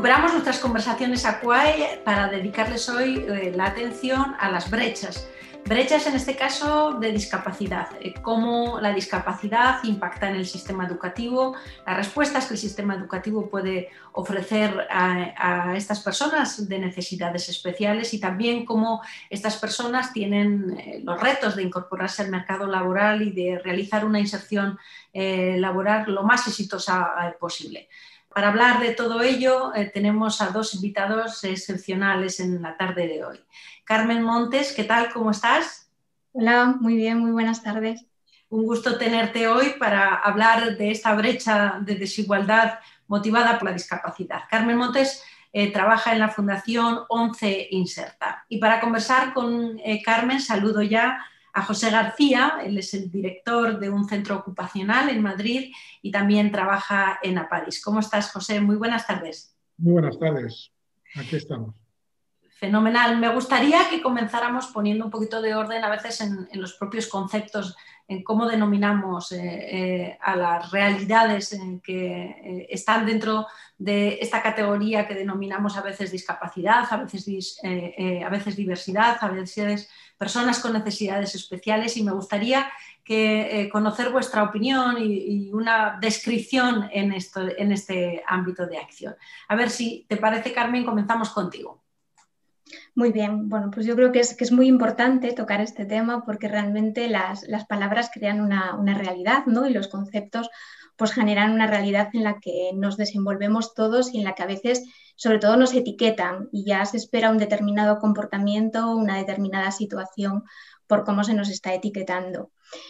Recuperamos nuestras conversaciones Aquae para dedicarles hoy la atención a las brechas. Brechas en este caso de discapacidad, cómo la discapacidad impacta en el sistema educativo, las respuestas que el sistema educativo puede ofrecer a estas personas de necesidades especiales y también cómo estas personas tienen los retos de incorporarse al mercado laboral y de realizar una inserción laboral lo más exitosa posible. Para hablar de todo ello tenemos a dos invitados excepcionales en la tarde de hoy. Carmen Montes, ¿qué tal? ¿Cómo estás? Hola, muy bien, muy buenas tardes. Un gusto tenerte hoy para hablar de esta brecha de desigualdad motivada por la discapacidad. Carmen Montes trabaja en la Fundación 11 Inserta. Y para conversar con Carmen saludo ya a José García, él es el director de un centro ocupacional en Madrid y también trabaja en Apadis. ¿Cómo estás, José? Muy buenas tardes. Muy buenas tardes, aquí estamos. Fenomenal. Me gustaría que comenzáramos poniendo un poquito de orden a veces en los propios conceptos, en cómo denominamos a las realidades que están dentro de esta categoría que denominamos a veces discapacidad, a veces diversidad, a veces personas con necesidades especiales, y me gustaría conocer vuestra opinión y una descripción en este ámbito de acción. A ver si te parece, Carmen, comenzamos contigo. Muy bien, bueno, pues yo creo que es muy importante tocar este tema porque realmente las palabras crean una realidad, ¿no? Y los conceptos pues generan una realidad en la que nos desenvolvemos todos y en la que a veces sobre todo nos etiquetan y ya se espera un determinado comportamiento, una determinada situación por cómo se nos está etiquetando.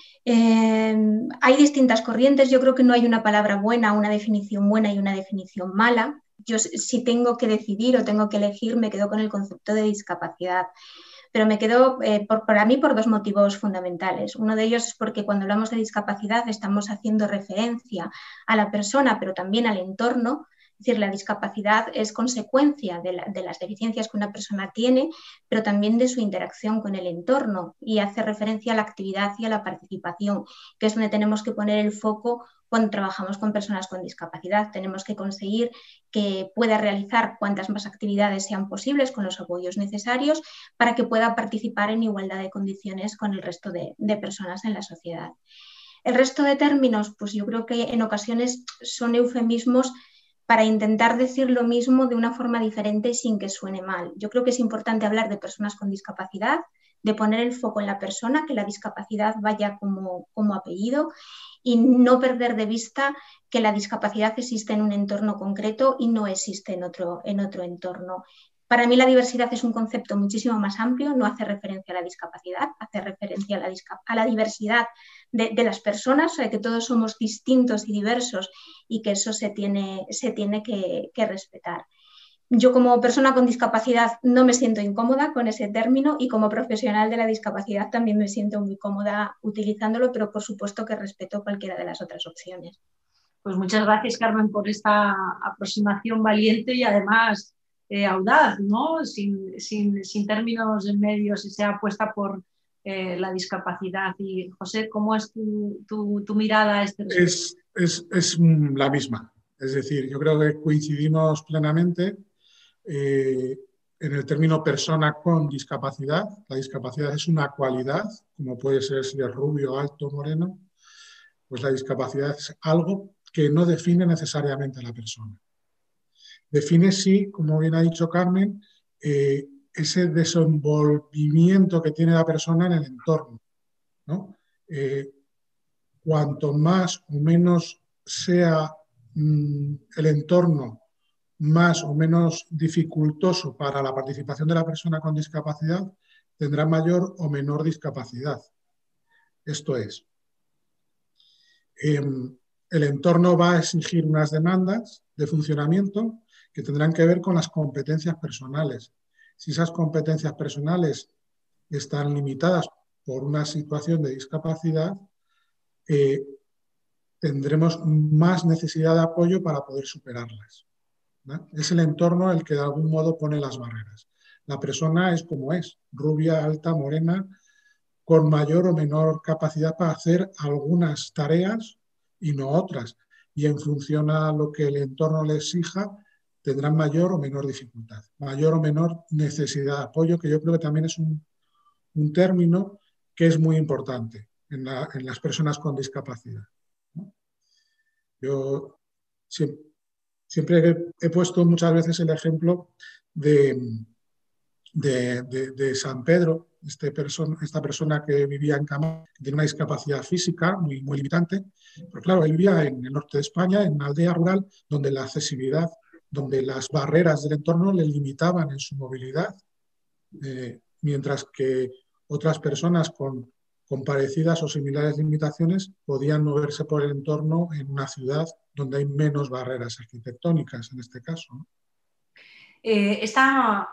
Hay distintas corrientes, yo creo que no hay una palabra buena, una definición buena y una definición mala. Yo si tengo que decidir o tengo que elegir, me quedo con el concepto de discapacidad, pero me quedo para mí por dos motivos fundamentales. Uno de ellos es porque cuando hablamos de discapacidad estamos haciendo referencia a la persona, pero también al entorno. Es decir, la discapacidad es consecuencia de las deficiencias que una persona tiene, pero también de su interacción con el entorno y hace referencia a la actividad y a la participación, que es donde tenemos que poner el foco cuando trabajamos con personas con discapacidad. Tenemos que conseguir que pueda realizar cuantas más actividades sean posibles con los apoyos necesarios para que pueda participar en igualdad de condiciones con el resto de personas en la sociedad. El resto de términos, pues yo creo que en ocasiones son eufemismos para intentar decir lo mismo de una forma diferente sin que suene mal. Yo creo que es importante hablar de personas con discapacidad, de poner el foco en la persona, que la discapacidad vaya como apellido y no perder de vista que la discapacidad existe en un entorno concreto y no existe en otro entorno. Para mí la diversidad es un concepto muchísimo más amplio, no hace referencia a la discapacidad, hace referencia a la diversidad de las personas, o sea, que todos somos distintos y diversos y que eso se tiene que respetar. Yo como persona con discapacidad no me siento incómoda con ese término y como profesional de la discapacidad también me siento muy cómoda utilizándolo, pero por supuesto que respeto cualquiera de las otras opciones. Pues muchas gracias, Carmen, por esta aproximación valiente y además audaz, ¿no? Sin términos medios y sea apuesta por la discapacidad. Y José, ¿cómo es tu mirada a este respecto? Es la misma. Es decir, yo creo que coincidimos plenamente en el término persona con discapacidad. La discapacidad es una cualidad, como puede ser si es rubio, alto, moreno. Pues la discapacidad es algo que no define necesariamente a la persona. Define, sí, como bien ha dicho Carmen, ese desenvolvimiento que tiene la persona en el entorno, ¿no? Cuanto más o menos sea el entorno más o menos dificultoso para la participación de la persona con discapacidad, tendrá mayor o menor discapacidad. Esto es, el entorno va a exigir unas demandas de funcionamiento que tendrán que ver con las competencias personales. Si esas competencias personales están limitadas por una situación de discapacidad, tendremos más necesidad de apoyo para poder superarlas, ¿no? Es el entorno el que de algún modo pone las barreras. La persona es como es, rubia, alta, morena, con mayor o menor capacidad para hacer algunas tareas y no otras. Y en función a lo que el entorno le exija, tendrán mayor o menor dificultad, mayor o menor necesidad de apoyo, que yo creo que también es un término que es muy importante en las personas con discapacidad, ¿no? Yo siempre he puesto muchas veces el ejemplo de San Pedro, esta persona que vivía en cama, que tiene una discapacidad física muy, muy limitante, pero claro, él vivía en el norte de España, en una aldea rural, donde la accesibilidad, donde las barreras del entorno le limitaban en su movilidad, mientras que otras personas con parecidas o similares limitaciones podían moverse por el entorno en una ciudad donde hay menos barreras arquitectónicas, en este caso, ¿no? Esta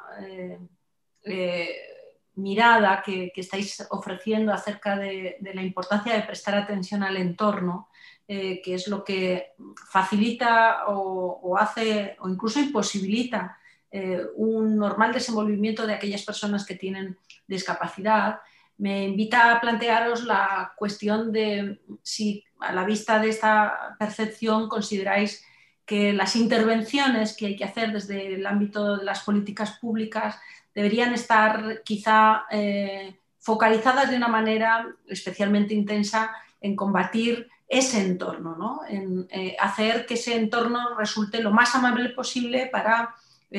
mirada que estáis ofreciendo acerca de la importancia de prestar atención al entorno, que es lo que facilita o hace o incluso imposibilita un normal desenvolvimiento de aquellas personas que tienen discapacidad, me invita a plantearos la cuestión de si a la vista de esta percepción consideráis que las intervenciones que hay que hacer desde el ámbito de las políticas públicas deberían estar quizá focalizadas de una manera especialmente intensa en combatir ese entorno, ¿no? En hacer que ese entorno resulte lo más amable posible para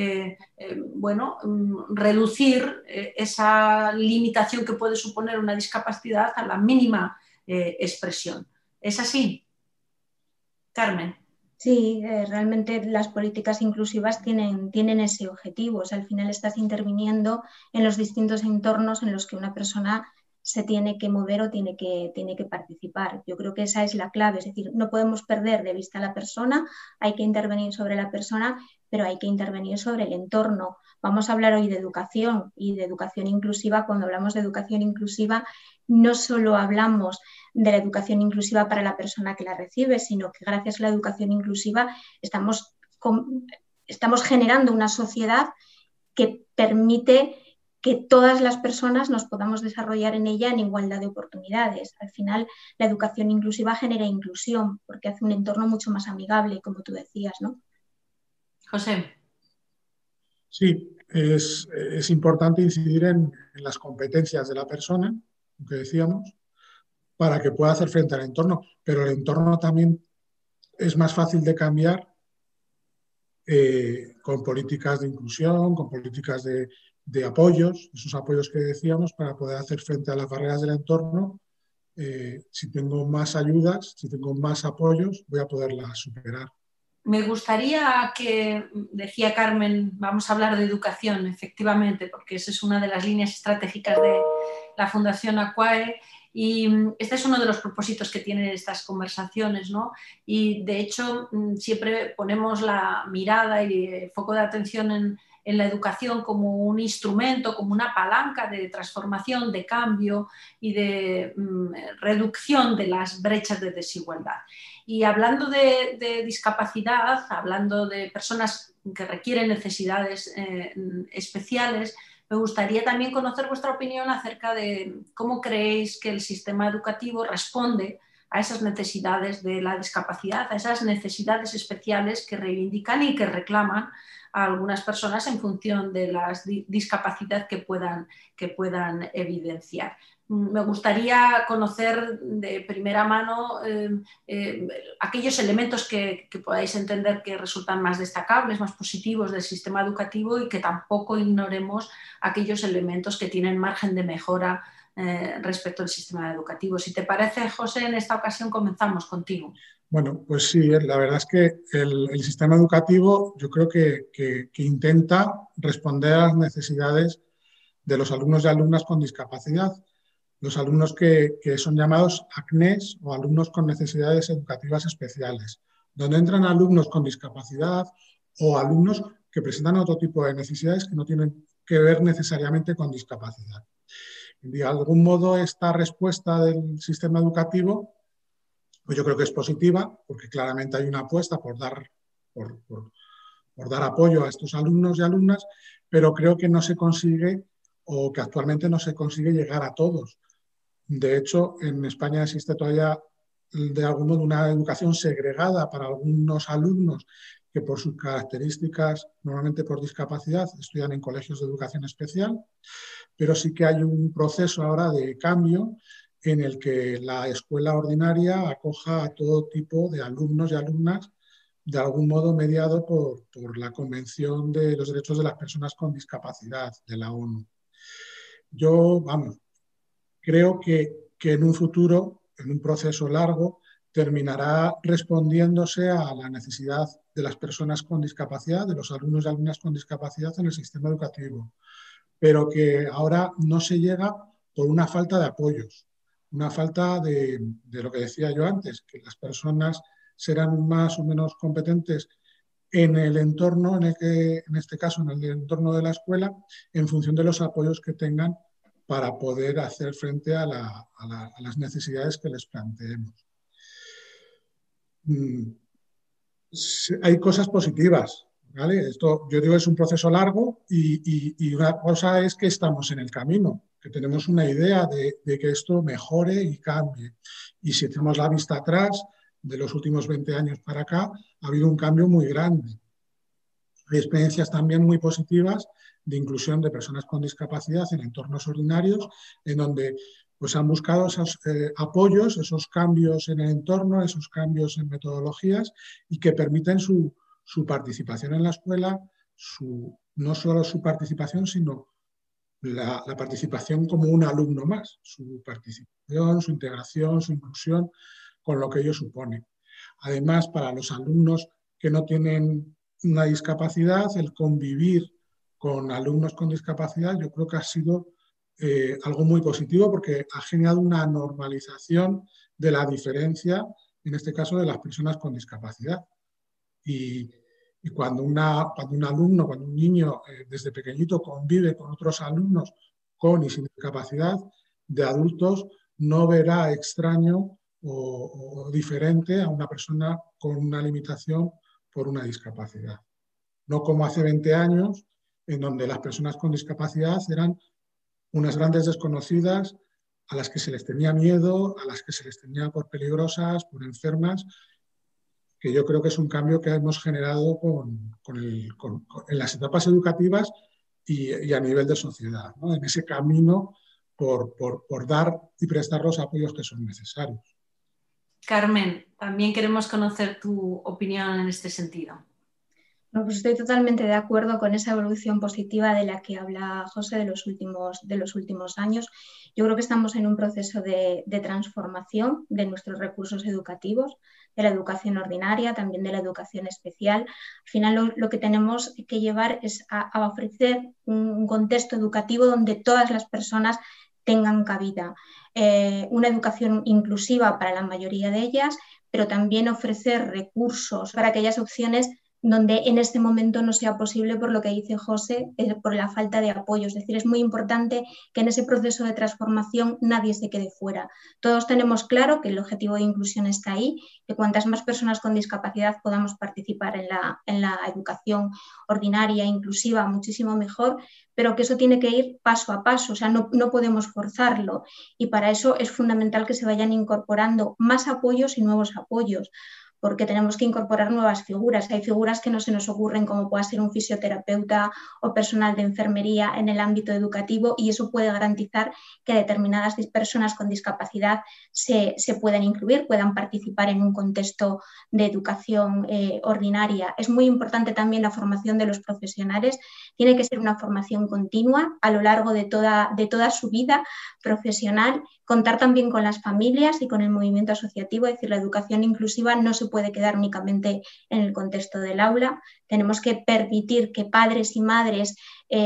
reducir esa limitación que puede suponer una discapacidad a la mínima expresión. ¿Es así, Carmen? Sí, realmente las políticas inclusivas tienen ese objetivo. O sea, al final estás interviniendo en los distintos entornos en los que una persona se tiene que mover o tiene que participar. Yo creo que esa es la clave, es decir, no podemos perder de vista a la persona, hay que intervenir sobre la persona, pero hay que intervenir sobre el entorno. Vamos a hablar hoy de educación y de educación inclusiva. Cuando hablamos de educación inclusiva, no solo hablamos de la educación inclusiva para la persona que la recibe, sino que gracias a la educación inclusiva estamos generando una sociedad que permite que todas las personas nos podamos desarrollar en ella en igualdad de oportunidades. Al final, la educación inclusiva genera inclusión porque hace un entorno mucho más amigable, como tú decías, ¿no? José. Sí, es importante incidir en las competencias de la persona, lo que decíamos, para que pueda hacer frente al entorno, pero el entorno también es más fácil de cambiar con políticas de inclusión, con políticas de apoyos, esos apoyos que decíamos, para poder hacer frente a las barreras del entorno. Si tengo más ayudas, si tengo más apoyos, voy a poderlas superar. Me gustaría que, decía Carmen, vamos a hablar de educación, efectivamente, porque esa es una de las líneas estratégicas de la Fundación Aquae y este es uno de los propósitos que tienen estas conversaciones, ¿no? Y de hecho siempre ponemos la mirada y el foco de atención en la educación como un instrumento, como una palanca de transformación, de cambio y de reducción de las brechas de desigualdad. Y hablando de discapacidad, hablando de personas que requieren necesidades especiales, me gustaría también conocer vuestra opinión acerca de cómo creéis que el sistema educativo responde a esas necesidades de la discapacidad, a esas necesidades especiales que reivindican y que reclaman a algunas personas en función de la discapacidad que puedan evidenciar. Me gustaría conocer de primera mano aquellos elementos que podáis entender que resultan más destacables, más positivos del sistema educativo y que tampoco ignoremos aquellos elementos que tienen margen de mejora respecto al sistema educativo. Si te parece, José, en esta ocasión comenzamos contigo. Bueno, pues sí, la verdad es que el sistema educativo yo creo que intenta responder a las necesidades de los alumnos y alumnas con discapacidad. Los alumnos que son llamados ACNES o alumnos con necesidades educativas especiales, donde entran alumnos con discapacidad o alumnos que presentan otro tipo de necesidades que no tienen que ver necesariamente con discapacidad. De algún modo, esta respuesta del sistema educativo, pues yo creo que es positiva, porque claramente hay una apuesta por dar apoyo a estos alumnos y alumnas, pero creo que no se consigue o que actualmente no se consigue llegar a todos. De hecho, en España existe todavía de algún modo una educación segregada para algunos alumnos que por sus características, normalmente por discapacidad, estudian en colegios de educación especial, pero sí que hay un proceso ahora de cambio en el que la escuela ordinaria acoja a todo tipo de alumnos y alumnas, de algún modo mediado por la Convención de los Derechos de las Personas con Discapacidad de la ONU. Yo, creo que en un futuro, en un proceso largo, terminará respondiéndose a la necesidad de las personas con discapacidad, de los alumnos y alumnas con discapacidad en el sistema educativo, pero que ahora no se llega por una falta de apoyos, una falta de lo que decía yo antes, que las personas serán más o menos competentes en el entorno, en este caso en el entorno de la escuela, en función de los apoyos que tengan para poder hacer frente a las necesidades que les planteemos. Hay cosas positivas, ¿vale? Esto, yo digo, es un proceso largo y una cosa es que estamos en el camino, que tenemos una idea de que esto mejore y cambie. Y si echamos la vista atrás, de los últimos 20 años para acá, ha habido un cambio muy grande. Hay experiencias también muy positivas de inclusión de personas con discapacidad en entornos ordinarios, en donde pues, han buscado esos apoyos, esos cambios en el entorno, esos cambios en metodologías y que permiten su participación en la escuela, no solo su participación, sino la participación como un alumno más, su participación, su integración, su inclusión, con lo que ello supone. Además, para los alumnos que no tienen una discapacidad, el convivir con alumnos con discapacidad, yo creo que ha sido algo muy positivo porque ha generado una normalización de la diferencia, en este caso de las personas con discapacidad. Y cuando un alumno, cuando un niño desde pequeñito convive con otros alumnos con y sin discapacidad, de adultos no verá extraño o diferente a una persona con una limitación por una discapacidad. No como hace 20 años, en donde las personas con discapacidad eran unas grandes desconocidas a las que se les tenía miedo, a las que se les tenía por peligrosas, por enfermas, que yo creo que es un cambio que hemos generado en las etapas educativas y a nivel de sociedad, ¿no? En ese camino por dar y prestar los apoyos que son necesarios. Carmen, también queremos conocer tu opinión en este sentido. No, pues estoy totalmente de acuerdo con esa evolución positiva de la que habla José de los últimos años. Yo creo que estamos en un proceso de transformación de nuestros recursos educativos, de la educación ordinaria, también de la educación especial. Al final lo que tenemos que llevar es a ofrecer un contexto educativo donde todas las personas tengan cabida. Una educación inclusiva para la mayoría de ellas, pero también ofrecer recursos para aquellas opciones donde en este momento no sea posible por lo que dice José, por la falta de apoyo. Es decir, es muy importante que en ese proceso de transformación nadie se quede fuera. Todos tenemos claro que el objetivo de inclusión está ahí, que cuantas más personas con discapacidad podamos participar en la educación ordinaria, inclusiva, muchísimo mejor, pero que eso tiene que ir paso a paso, o sea, no podemos forzarlo. Y para eso es fundamental que se vayan incorporando más apoyos y nuevos apoyos, porque tenemos que incorporar nuevas figuras. Hay figuras que no se nos ocurren, como pueda ser un fisioterapeuta o personal de enfermería en el ámbito educativo, y eso puede garantizar que determinadas personas con discapacidad se puedan incluir, puedan participar en un contexto de educación ordinaria. Es muy importante también la formación de los profesionales. Tiene que ser una formación continua a lo largo de toda su vida profesional. Contar también con las familias y con el movimiento asociativo, es decir, la educación inclusiva no se puede quedar únicamente en el contexto del aula. Tenemos que permitir que padres y madres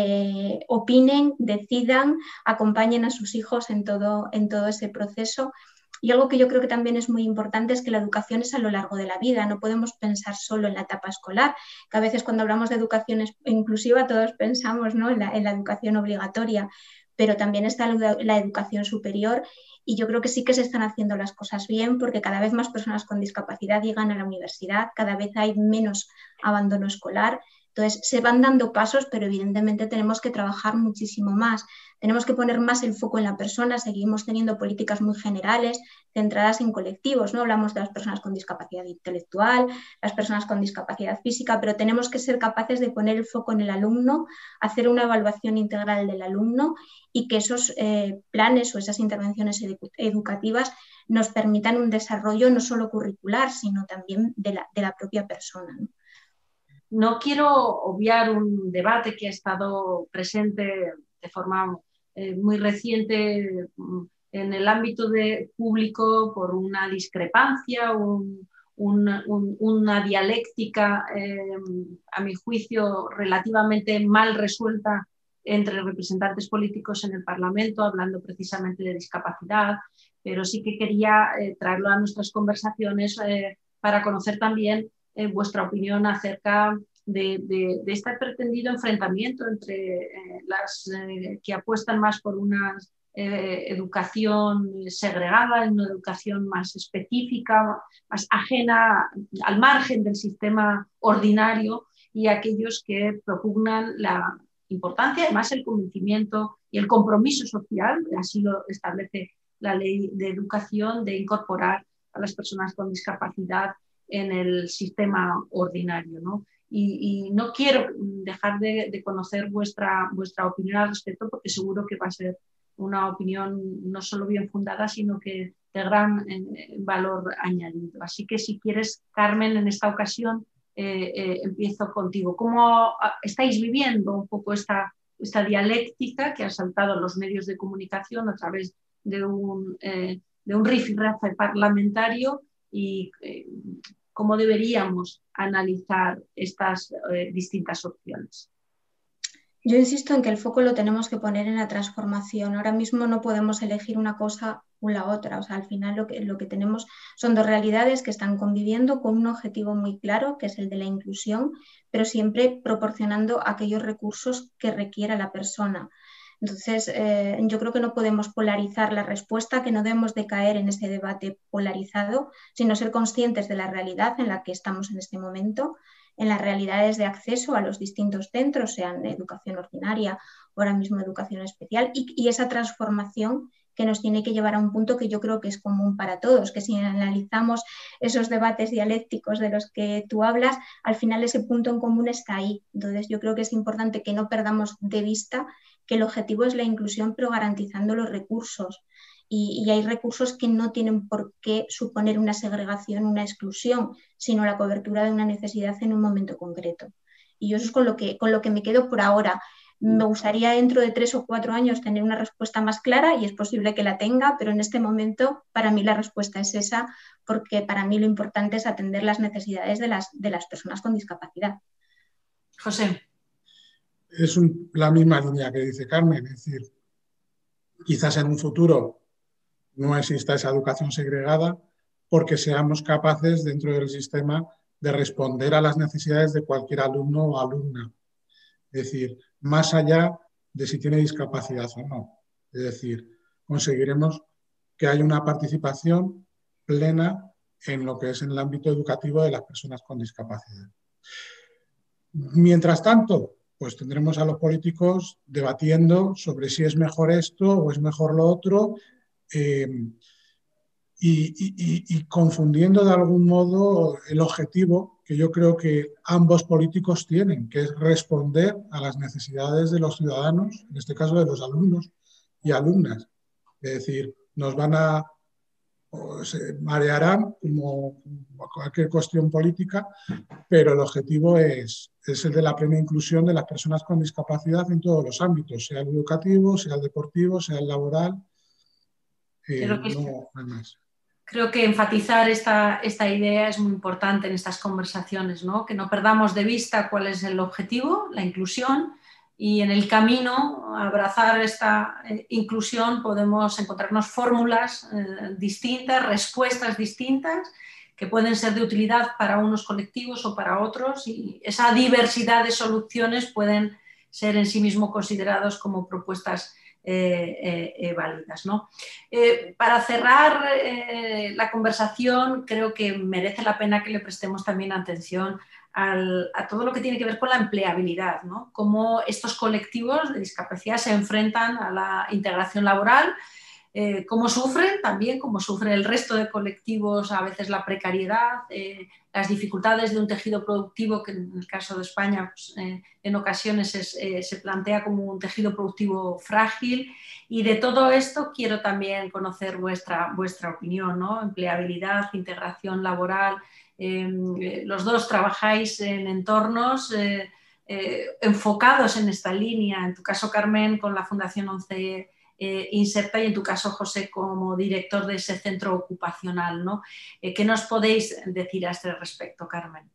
opinen, decidan, acompañen a sus hijos en todo ese proceso. Y algo que yo creo que también es muy importante es que la educación es a lo largo de la vida. No podemos pensar solo en la etapa escolar, que a veces cuando hablamos de educación inclusiva todos pensamos, ¿no?, en la educación obligatoria, pero también está la educación superior, y yo creo que sí que se están haciendo las cosas bien, porque cada vez más personas con discapacidad llegan a la universidad, cada vez hay menos abandono escolar. Entonces, se van dando pasos, pero evidentemente tenemos que trabajar muchísimo más. Tenemos que poner más el foco en la persona. Seguimos teniendo políticas muy generales, centradas en colectivos, ¿no? Hablamos de las personas con discapacidad intelectual, las personas con discapacidad física, pero tenemos que ser capaces de poner el foco en el alumno, hacer una evaluación integral del alumno y que esos planes o esas intervenciones educativas nos permitan un desarrollo no solo curricular, sino también de la propia persona, ¿no? No quiero obviar un debate que ha estado presente de forma muy reciente en el ámbito público por una discrepancia, una dialéctica, a mi juicio, relativamente mal resuelta entre representantes políticos en el Parlamento, hablando precisamente de discapacidad, pero sí que quería traerlo a nuestras conversaciones para conocer también vuestra opinión acerca de este pretendido enfrentamiento entre las que apuestan más por una educación segregada, una educación más específica, más ajena, al margen del sistema ordinario, y aquellos que propugnan la importancia, además el convencimiento y el compromiso social, así lo establece la ley de educación, de incorporar a las personas con discapacidad en el sistema ordinario, ¿no? Y no quiero dejar de conocer vuestra opinión al respecto, porque seguro que va a ser una opinión no solo bien fundada, sino que de gran valor añadido. Así que si quieres, Carmen, en esta ocasión empiezo contigo. ¿Cómo estáis viviendo un poco esta dialéctica que ha saltado a los medios de comunicación a través de un rifirrafe parlamentario y cómo deberíamos analizar estas distintas opciones? Yo insisto en que el foco lo tenemos que poner en la transformación. Ahora mismo no podemos elegir una cosa o la otra. O sea, al final lo que tenemos son dos realidades que están conviviendo con un objetivo muy claro, que es el de la inclusión, pero siempre proporcionando aquellos recursos que requiera la persona. Entonces, yo creo que no podemos polarizar la respuesta, que no debemos de caer en ese debate polarizado, sino ser conscientes de la realidad en la que estamos en este momento, en las realidades de acceso a los distintos centros, sean educación ordinaria o ahora mismo educación especial, y esa transformación que nos tiene que llevar a un punto que yo creo que es común para todos, que si analizamos esos debates dialécticos de los que tú hablas, al final ese punto en común está ahí. Entonces yo creo que es importante que no perdamos de vista que el objetivo es la inclusión, pero garantizando los recursos. Y hay recursos que no tienen por qué suponer una segregación, una exclusión, sino la cobertura de una necesidad en un momento concreto. Y yo eso es con lo que me quedo por ahora. Me gustaría dentro de 3 o 4 años tener una respuesta más clara, y es posible que la tenga, pero en este momento para mí la respuesta es esa, porque para mí lo importante es atender las necesidades de las personas con discapacidad. José. Es la misma línea que dice Carmen, es decir, quizás en un futuro no exista esa educación segregada porque seamos capaces dentro del sistema de responder a las necesidades de cualquier alumno o alumna. Es decir, más allá de si tiene discapacidad o no. Es decir, conseguiremos que haya una participación plena en lo que es en el ámbito educativo de las personas con discapacidad. Mientras tanto, pues tendremos a los políticos debatiendo sobre si es mejor esto o es mejor lo otro, y confundiendo de algún modo el objetivo que yo creo que ambos políticos tienen, que es responder a las necesidades de los ciudadanos, en este caso de los alumnos y alumnas. Es decir, nos van a se marearán como cualquier cuestión política, pero el objetivo es el de la plena inclusión de las personas con discapacidad en todos los ámbitos, sea el educativo, sea el deportivo, sea el laboral. No hay más. Creo que enfatizar esta idea es muy importante en estas conversaciones, ¿no? Que no perdamos de vista cuál es el objetivo, la inclusión, y en el camino a abrazar esta inclusión podemos encontrarnos fórmulas distintas, respuestas distintas, que pueden ser de utilidad para unos colectivos o para otros, y esa diversidad de soluciones pueden ser en sí mismo considerados como propuestas válidas, ¿no? Para cerrar la conversación, creo que merece la pena que le prestemos también atención a todo lo que tiene que ver con la empleabilidad, ¿no? Cómo estos colectivos de discapacidad se enfrentan a la integración laboral, cómo sufren también, cómo sufre el resto de colectivos, a veces la precariedad, las dificultades de un tejido productivo que en el caso de España pues, en ocasiones se plantea como un tejido productivo frágil, y de todo esto quiero también conocer vuestra opinión, ¿no? Empleabilidad, integración laboral. Los dos trabajáis en entornos enfocados en esta línea, en tu caso Carmen con la Fundación 11 Inserta y en tu caso José como director de ese centro ocupacional, ¿no? ¿Qué nos podéis decir a este respecto, Carmen?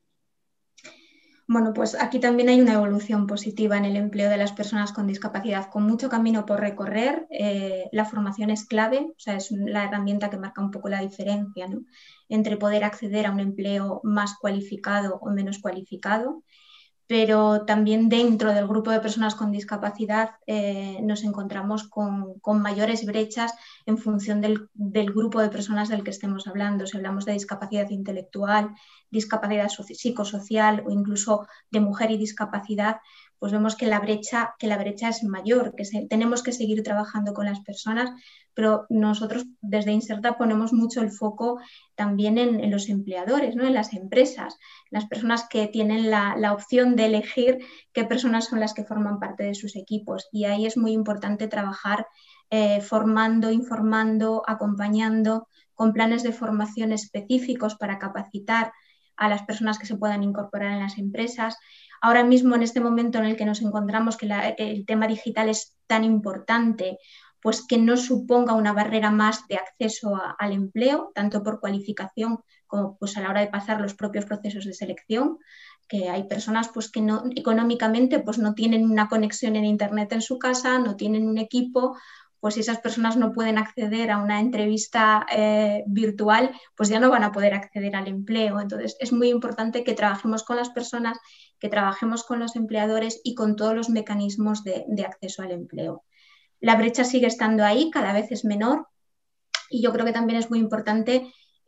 Bueno, pues aquí también hay una evolución positiva en el empleo de las personas con discapacidad, con mucho camino por recorrer. La formación es clave, o sea, es la herramienta que marca un poco la diferencia, ¿no?, entre poder acceder a un empleo más cualificado o menos cualificado. Pero también dentro del grupo de personas con discapacidad nos encontramos con mayores brechas en función del grupo de personas del que estemos hablando. Si hablamos de discapacidad intelectual, discapacidad psicosocial o incluso de mujer y discapacidad, pues vemos que la brecha es mayor, que tenemos que seguir trabajando con las personas, pero nosotros desde Inserta ponemos mucho el foco también en los empleadores, ¿no?, en las empresas, las personas que tienen la opción de elegir qué personas son las que forman parte de sus equipos, y ahí es muy importante trabajar formando, informando, acompañando con planes de formación específicos para capacitar a las personas que se puedan incorporar en las empresas. Ahora mismo, en este momento en el que nos encontramos, que el tema digital es tan importante, pues que no suponga una barrera más de acceso al empleo, tanto por cualificación como pues a la hora de pasar los propios procesos de selección, que hay personas pues que no, económicamente pues no tienen una conexión en internet en su casa, no tienen un equipo, pues si esas personas no pueden acceder a una entrevista virtual, pues ya no van a poder acceder al empleo. Entonces es muy importante que trabajemos con las personas, que trabajemos con los empleadores y con todos los mecanismos de acceso al empleo. La brecha sigue estando ahí, cada vez es menor, y yo creo que también es muy importante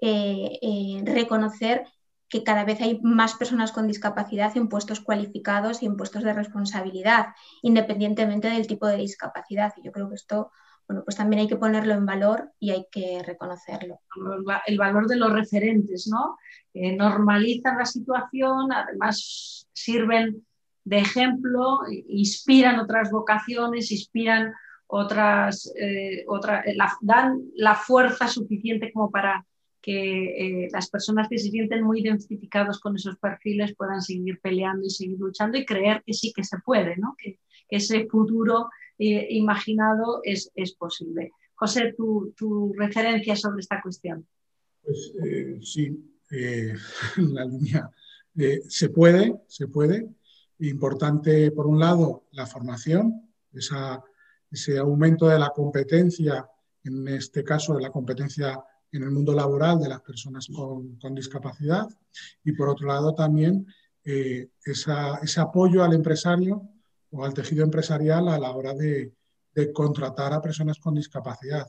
reconocer que cada vez hay más personas con discapacidad en puestos cualificados y en puestos de responsabilidad, independientemente del tipo de discapacidad. Y yo creo que esto, bueno, pues también hay que ponerlo en valor y hay que reconocerlo. El valor de los referentes, ¿no? Normalizan la situación, además sirven de ejemplo, inspiran otras vocaciones, inspiran dan la fuerza suficiente como para que las personas que se sienten muy identificados con esos perfiles puedan seguir peleando y seguir luchando y creer que sí que se puede, ¿no? Que ese futuro imaginado es posible. José, tu referencia sobre esta cuestión. Pues sí, la línea se puede. Importante, por un lado, la formación, ese aumento de la competencia, en este caso de la competencia en el mundo laboral de las personas con discapacidad, y por otro lado también ese apoyo al empresario o al tejido empresarial a la hora de contratar a personas con discapacidad.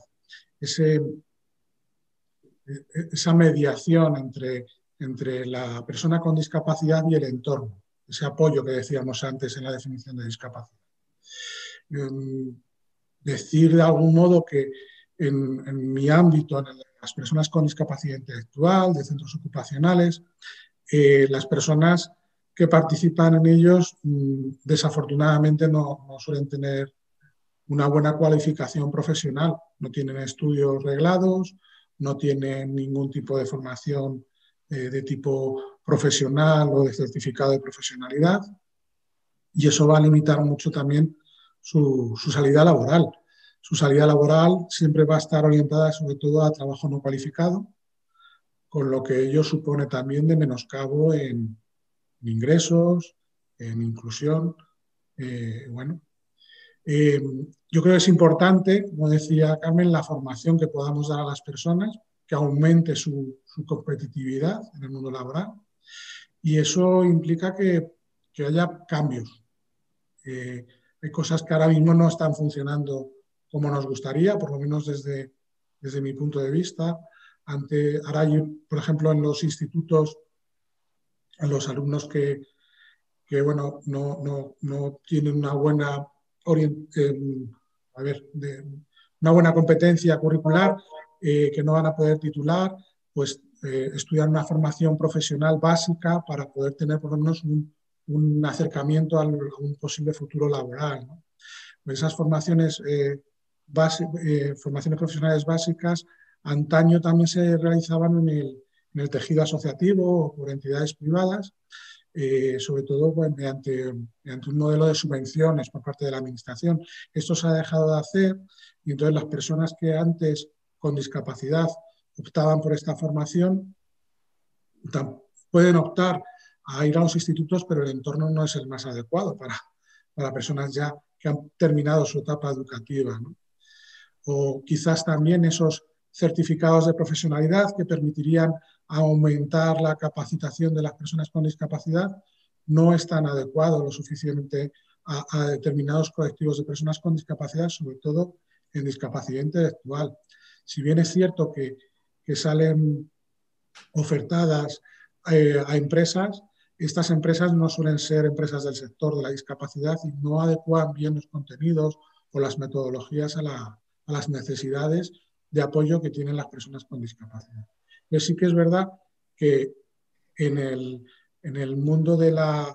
Esa mediación entre la persona con discapacidad y el entorno, ese apoyo que decíamos antes en la definición de discapacidad. Decir de algún modo que en mi ámbito, en las personas con discapacidad intelectual, de centros ocupacionales, las personas que participan en ellos desafortunadamente no suelen tener una buena cualificación profesional, no tienen estudios reglados, no tienen ningún tipo de formación de tipo profesional o de certificado de profesionalidad, y eso va a limitar mucho también su salida laboral. Su salida laboral siempre va a estar orientada sobre todo a trabajo no cualificado, con lo que ello supone también de menoscabo en ingresos, en inclusión. Yo creo que es importante, como decía Carmen, la formación que podamos dar a las personas, que aumente su competitividad en el mundo laboral, y eso implica que haya cambios. Hay cosas que ahora mismo no están funcionando como nos gustaría, por lo menos desde mi punto de vista. Ahora, por ejemplo, en los institutos a los alumnos que bueno, no tienen una buena una buena competencia curricular, que no van a poder titular, pues estudiar una formación profesional básica para poder tener por lo menos un acercamiento a un posible futuro laboral, ¿no? Esas formaciones, formaciones profesionales básicas, antaño también se realizaban en el tejido asociativo o por entidades privadas, sobre todo pues, mediante un modelo de subvenciones por parte de la administración. Esto se ha dejado de hacer y entonces las personas que antes con discapacidad optaban por esta formación pueden optar a ir a los institutos, pero el entorno no es el más adecuado para personas ya que han terminado su etapa educativa, ¿no? O quizás también esos certificados de profesionalidad que permitirían aumentar la capacitación de las personas con discapacidad no están adecuados lo suficiente a determinados colectivos de personas con discapacidad, sobre todo en discapacidad intelectual. Si bien es cierto que salen ofertadas a empresas, estas empresas no suelen ser empresas del sector de la discapacidad y no adecuan bien los contenidos o las metodologías a las necesidades de apoyo que tienen las personas con discapacidad. Pero sí que es verdad que en el mundo de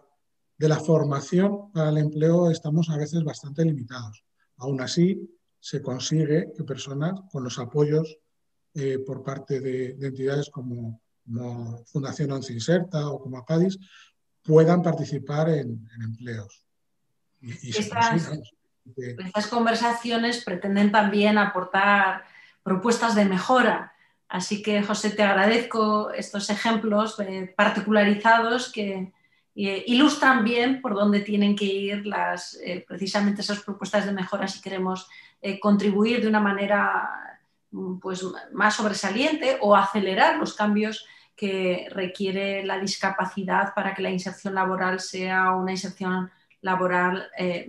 la formación para el empleo estamos a veces bastante limitados. Aún así, se consigue que personas con los apoyos por parte de entidades como Fundación Once Inserta o como APADIS puedan participar en empleos. Y se consigue. Estas conversaciones pretenden también aportar propuestas de mejora. Así que, José, te agradezco estos ejemplos particularizados que ilustran bien por dónde tienen que ir precisamente esas propuestas de mejora si queremos contribuir de una manera pues, más sobresaliente o acelerar los cambios que requiere la discapacidad para que la inserción laboral sea una inserción laboral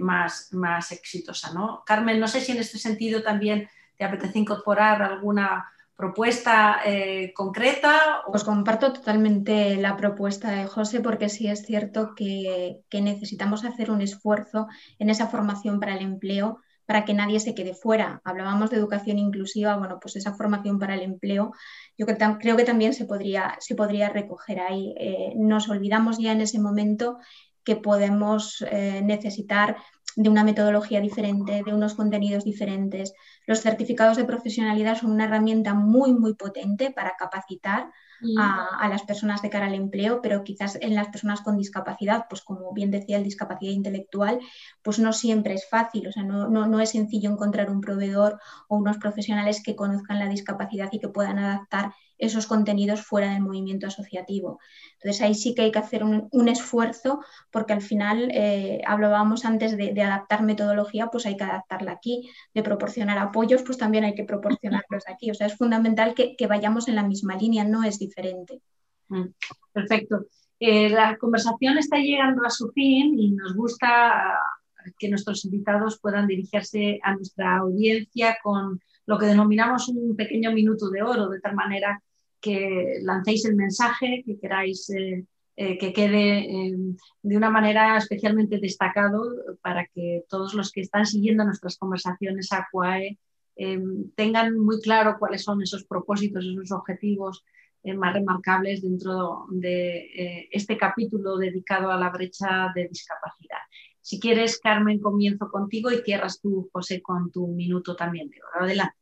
más exitosa, ¿no? Carmen, no sé si en este sentido también te apetece incorporar alguna propuesta concreta. Pues comparto totalmente la propuesta de José, porque sí es cierto que necesitamos hacer un esfuerzo en esa formación para el empleo para que nadie se quede fuera. Hablábamos de educación inclusiva, bueno, pues esa formación para el empleo yo creo que también se podría recoger ahí. Nos olvidamos ya en ese momento que podemos necesitar de una metodología diferente, de unos contenidos diferentes. Los certificados de profesionalidad son una herramienta muy, muy potente para capacitar a las personas de cara al empleo, pero quizás en las personas con discapacidad, pues como bien decía, el discapacidad intelectual, pues no siempre es fácil, o sea, no es sencillo encontrar un proveedor o unos profesionales que conozcan la discapacidad y que puedan adaptar esos contenidos fuera del movimiento asociativo. Entonces ahí sí que hay que hacer un esfuerzo, porque al final hablábamos antes de adaptar metodología, pues hay que adaptarla aquí, de proporcionar apoyos, pues también hay que proporcionarlos aquí. O sea, es fundamental que vayamos en la misma línea, no es diferente. Perfecto. La conversación está llegando a su fin y nos gusta que nuestros invitados puedan dirigirse a nuestra audiencia con lo que denominamos un pequeño minuto de oro, de tal manera que lancéis el mensaje que queráis que quede de una manera especialmente destacado para que todos los que están siguiendo nuestras conversaciones ACUAE tengan muy claro cuáles son esos propósitos, esos objetivos más remarcables dentro de este capítulo dedicado a la brecha de discapacidad. Si quieres, Carmen, comienzo contigo y cierras tú, José, con tu minuto también de oro. Adelante.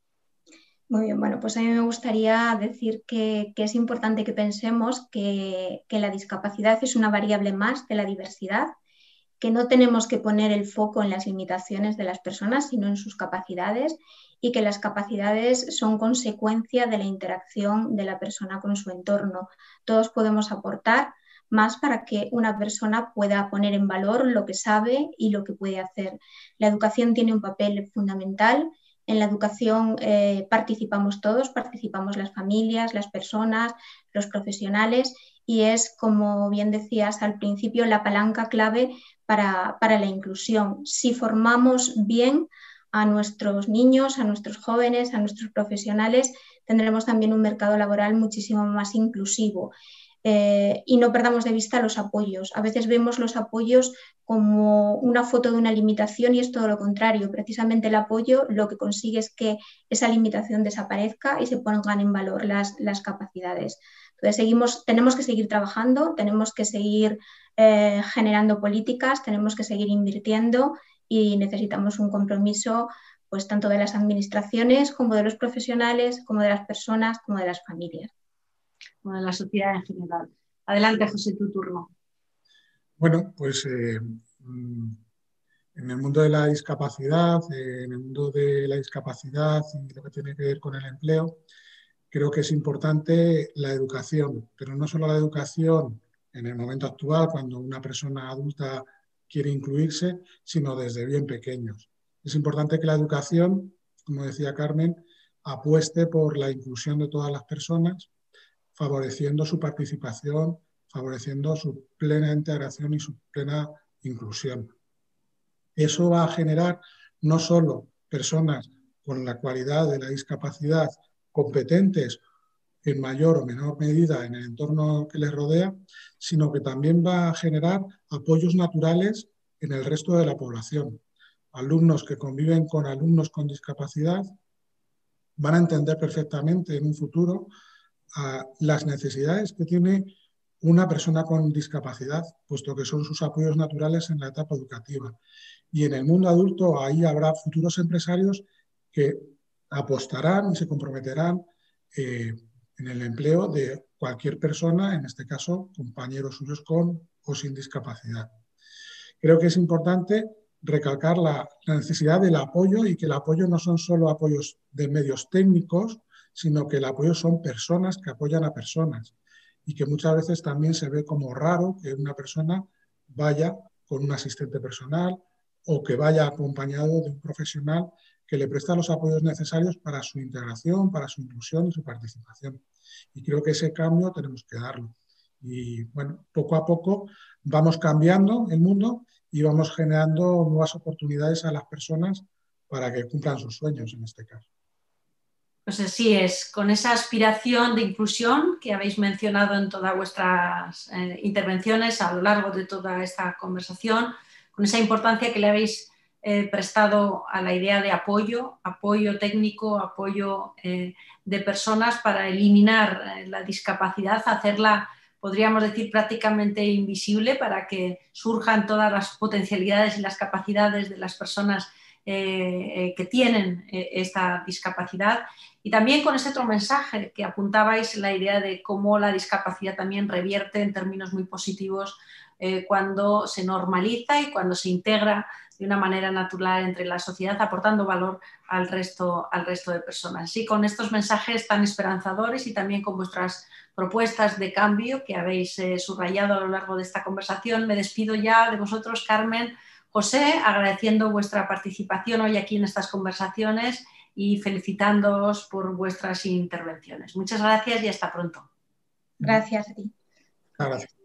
Muy bien, bueno, pues a mí me gustaría decir que es importante que pensemos que la discapacidad es una variable más de la diversidad, que no tenemos que poner el foco en las limitaciones de las personas, sino en sus capacidades, y que las capacidades son consecuencia de la interacción de la persona con su entorno. Todos podemos aportar más para que una persona pueda poner en valor lo que sabe y lo que puede hacer. La educación tiene un papel fundamental. En la educación participamos todos, participamos las familias, las personas, los profesionales, y es, como bien decías al principio, la palanca clave para la inclusión. Si formamos bien a nuestros niños, a nuestros jóvenes, a nuestros profesionales, tendremos también un mercado laboral muchísimo más inclusivo. y no perdamos de vista los apoyos. A veces vemos los apoyos como una foto de una limitación y es todo lo contrario. Precisamente el apoyo lo que consigue es que esa limitación desaparezca y se pongan en valor las capacidades. Entonces tenemos que seguir trabajando, tenemos que seguir generando políticas, tenemos que seguir invirtiendo y necesitamos un compromiso pues tanto de las administraciones como de los profesionales, como de las personas, como de las familias. Como de la sociedad en general. Adelante, José, tu turno. Bueno, pues en el mundo de la discapacidad, y lo que tiene que ver con el empleo, creo que es importante la educación, pero no solo la educación en el momento actual, cuando una persona adulta quiere incluirse, sino desde bien pequeños. Es importante que la educación, como decía Carmen, apueste por la inclusión de todas las personas, favoreciendo su participación, favoreciendo su plena integración y su plena inclusión. Eso va a generar no solo personas con la cualidad de la discapacidad competentes en mayor o menor medida en el entorno que les rodea, sino que también va a generar apoyos naturales en el resto de la población. Alumnos que conviven con alumnos con discapacidad van a entender perfectamente en un futuro las necesidades que tiene una persona con discapacidad, puesto que son sus apoyos naturales en la etapa educativa. Y en el mundo adulto ahí habrá futuros empresarios que apostarán y se comprometerán en el empleo de cualquier persona, en este caso compañeros suyos con o sin discapacidad. Creo que es importante recalcar la necesidad del apoyo y que el apoyo no son solo apoyos de medios técnicos, sino que el apoyo son personas que apoyan a personas y que muchas veces también se ve como raro que una persona vaya con un asistente personal o que vaya acompañado de un profesional que le presta los apoyos necesarios para su integración, para su inclusión y su participación. Y creo que ese cambio tenemos que darlo. Y bueno, poco a poco vamos cambiando el mundo y vamos generando nuevas oportunidades a las personas para que cumplan sus sueños en este caso. Pues así es, con esa aspiración de inclusión que habéis mencionado en todas vuestras intervenciones a lo largo de toda esta conversación, con esa importancia que le habéis prestado a la idea de apoyo técnico, apoyo de personas para eliminar la discapacidad, hacerla, podríamos decir, prácticamente invisible para que surjan todas las potencialidades y las capacidades de las personas que tienen esta discapacidad. Y también con ese otro mensaje que apuntabais, la idea de cómo la discapacidad también revierte en términos muy positivos cuando se normaliza y cuando se integra de una manera natural entre la sociedad, aportando valor al resto de personas. Así, con estos mensajes tan esperanzadores y también con vuestras propuestas de cambio que habéis subrayado a lo largo de esta conversación, me despido ya de vosotros, Carmen, José, agradeciendo vuestra participación hoy aquí en estas conversaciones y felicitándoos por vuestras intervenciones. Muchas gracias y hasta pronto. Gracias a ti. Gracias.